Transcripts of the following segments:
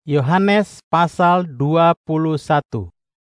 Yohanes pasal 21.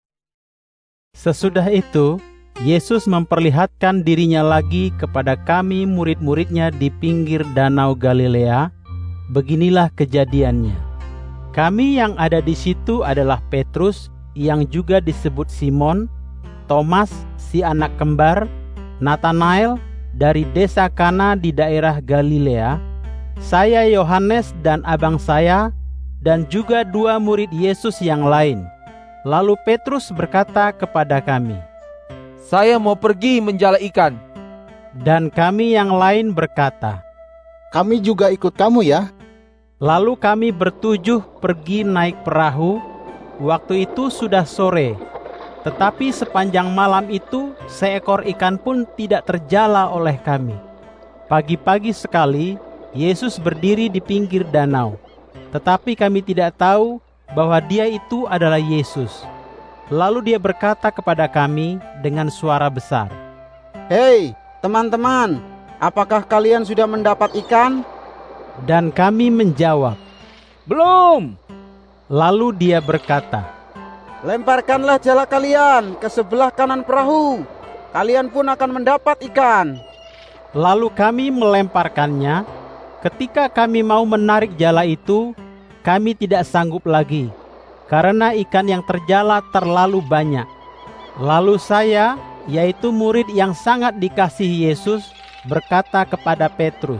Sesudah itu, Yesus memperlihatkan dirinya lagi kepada kami murid-muridnya di pinggir danau Galilea. Beginilah kejadiannya. Kami yang ada di situ adalah Petrus, yang juga disebut Simon, Thomas si anak kembar, Natanael dari desa Kana di daerah Galilea, saya Yohanes dan abang saya, dan juga 2 murid Yesus yang lain. Lalu Petrus berkata kepada kami, "Saya mau pergi menjala ikan." Dan kami yang lain berkata, "Kami juga ikut kamu ya." Lalu kami bertujuh pergi naik perahu. Waktu itu sudah sore, tetapi sepanjang malam itu seekor ikan pun tidak terjala oleh kami. Pagi-pagi sekali Yesus berdiri di pinggir danau, tetapi kami tidak tahu bahwa dia itu adalah Yesus. Lalu dia berkata kepada kami dengan suara besar, "Hei teman-teman, apakah kalian sudah mendapat ikan?" Dan kami menjawab, "Belum." Lalu dia berkata, "Lemparkanlah jala kalian ke sebelah kanan perahu, kalian pun akan mendapat ikan." Lalu kami melemparkannya. Ketika kami mau menarik jala itu, kami tidak sanggup lagi, karena ikan yang terjala terlalu banyak. Lalu saya, yaitu murid yang sangat dikasihi Yesus, berkata kepada Petrus,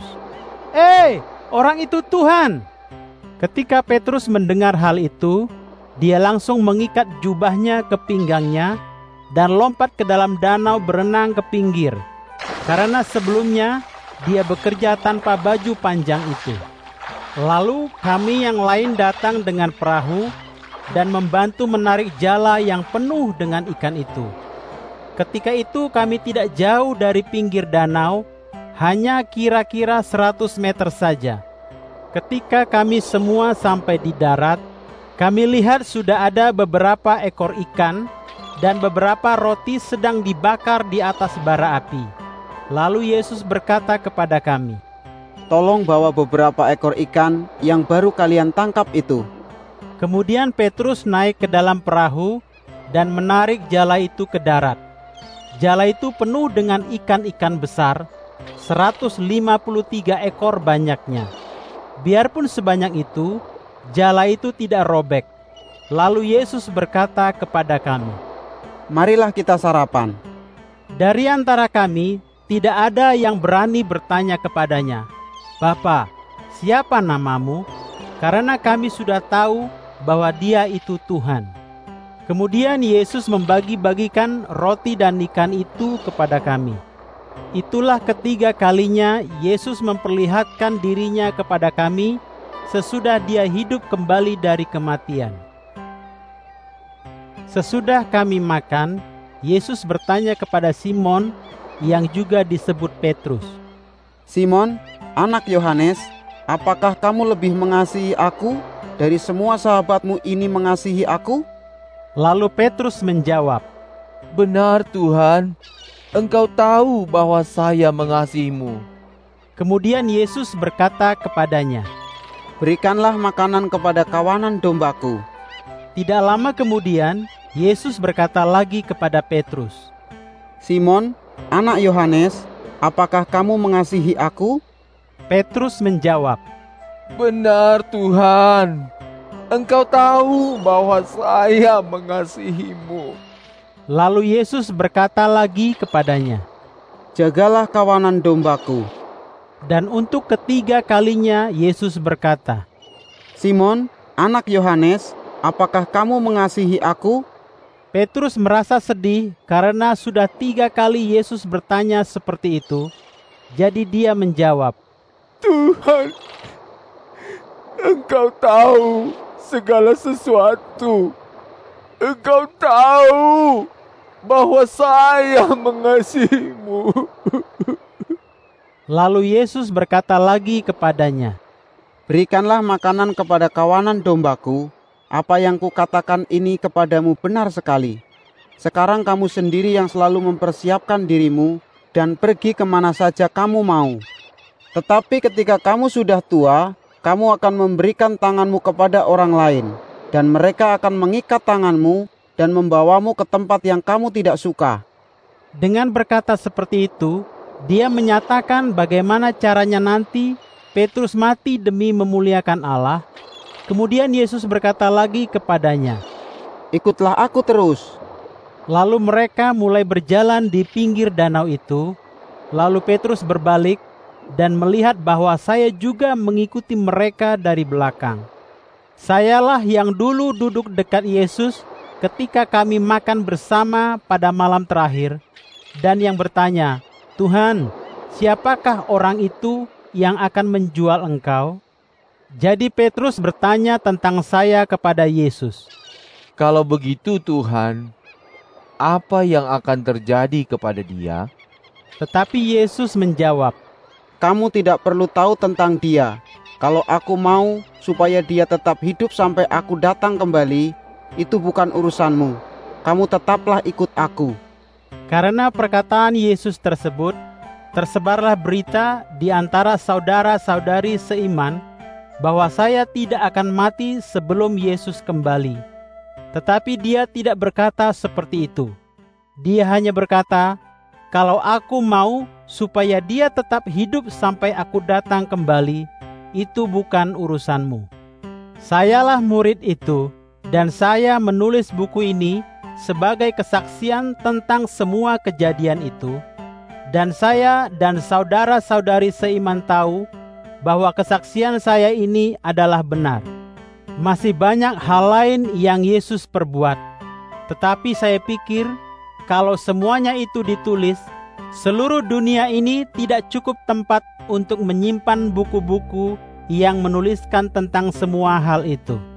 orang itu Tuhan!" Ketika Petrus mendengar hal itu, dia langsung mengikat jubahnya ke pinggangnya dan lompat ke dalam danau berenang ke pinggir, karena sebelumnya dia bekerja tanpa baju panjang itu. Lalu kami yang lain datang dengan perahu dan membantu menarik jala yang penuh dengan ikan itu. Ketika itu kami tidak jauh dari pinggir danau, hanya kira-kira 100 meter saja. Ketika kami semua sampai di darat, kami lihat sudah ada beberapa ekor ikan dan beberapa roti sedang dibakar di atas bara api. Lalu Yesus berkata kepada kami, "Tolong bawa beberapa ekor ikan yang baru kalian tangkap itu." Kemudian Petrus naik ke dalam perahu dan menarik jala itu ke darat. Jala itu penuh dengan ikan-ikan besar, 153 ekor banyaknya. Biarpun sebanyak itu, jala itu tidak robek. Lalu Yesus berkata kepada kami, "Marilah kita sarapan." Dari antara kami, tidak ada yang berani bertanya kepadanya, "Bapa, siapa namamu?" Karena kami sudah tahu bahwa dia itu Tuhan. Kemudian Yesus membagi-bagikan roti dan ikan itu kepada kami. Itulah ketiga kalinya Yesus memperlihatkan dirinya kepada kami sesudah dia hidup kembali dari kematian. Sesudah kami makan, Yesus bertanya kepada Simon yang juga disebut Petrus, "Simon, anak Yohanes, apakah kamu lebih mengasihi aku dari semua sahabatmu ini mengasihi aku?" Lalu Petrus menjawab, "Benar Tuhan, Engkau tahu bahwa saya mengasihimu." Kemudian Yesus berkata kepadanya, "Berikanlah makanan kepada kawanan dombaku." Tidak lama kemudian, Yesus berkata lagi kepada Petrus, "Simon, anak Yohanes, apakah kamu mengasihi aku?" Petrus menjawab, "Benar Tuhan, Engkau tahu bahwa saya mengasihimu." Lalu Yesus berkata lagi kepadanya, "Jagalah kawanan dombaku." Dan untuk ketiga kalinya Yesus berkata, "Simon, anak Yohanes, apakah kamu mengasihi aku?" Petrus merasa sedih karena sudah 3 kali Yesus bertanya seperti itu. Jadi dia menjawab, "Tuhan, Engkau tahu segala sesuatu. Engkau tahu bahwa saya mengasihimu." Lalu Yesus berkata lagi kepadanya, "Berikanlah makanan kepada kawanan dombaku. Apa yang kukatakan ini kepadamu benar sekali. Sekarang kamu sendiri yang selalu mempersiapkan dirimu dan pergi kemana saja kamu mau. Tetapi ketika kamu sudah tua, kamu akan memberikan tanganmu kepada orang lain, dan mereka akan mengikat tanganmu dan membawamu ke tempat yang kamu tidak suka." Dengan berkata seperti itu, dia menyatakan bagaimana caranya nanti Petrus mati demi memuliakan Allah. Kemudian Yesus berkata lagi kepadanya, "Ikutlah aku terus." Lalu mereka mulai berjalan di pinggir danau itu. Lalu Petrus berbalik dan melihat bahwa saya juga mengikuti mereka dari belakang. Sayalah yang dulu duduk dekat Yesus ketika kami makan bersama pada malam terakhir, dan yang bertanya, "Tuhan, siapakah orang itu yang akan menjual Engkau?" Jadi Petrus bertanya tentang saya kepada Yesus. Kalau begitu Tuhan, apa yang akan terjadi kepada dia? Tetapi Yesus menjawab, "Kamu tidak perlu tahu tentang dia. Kalau aku mau supaya dia tetap hidup sampai aku datang kembali, itu bukan urusanmu. Kamu tetaplah ikut aku." Karena perkataan Yesus tersebut, tersebarlah berita di antara saudara-saudari seiman bahwa saya tidak akan mati sebelum Yesus kembali. Tetapi dia tidak berkata seperti itu. Dia hanya berkata, "Kalau aku mau supaya dia tetap hidup sampai aku datang kembali, itu bukan urusanmu." Sayalah murid itu, dan saya menulis buku ini sebagai kesaksian tentang semua kejadian itu. Dan saya dan saudara-saudari seiman tahu bahwa kesaksian saya ini adalah benar. Masih banyak hal lain yang Yesus perbuat. Tetapi saya pikir kalau semuanya itu ditulis, seluruh dunia ini tidak cukup tempat untuk menyimpan buku-buku yang menuliskan tentang semua hal itu.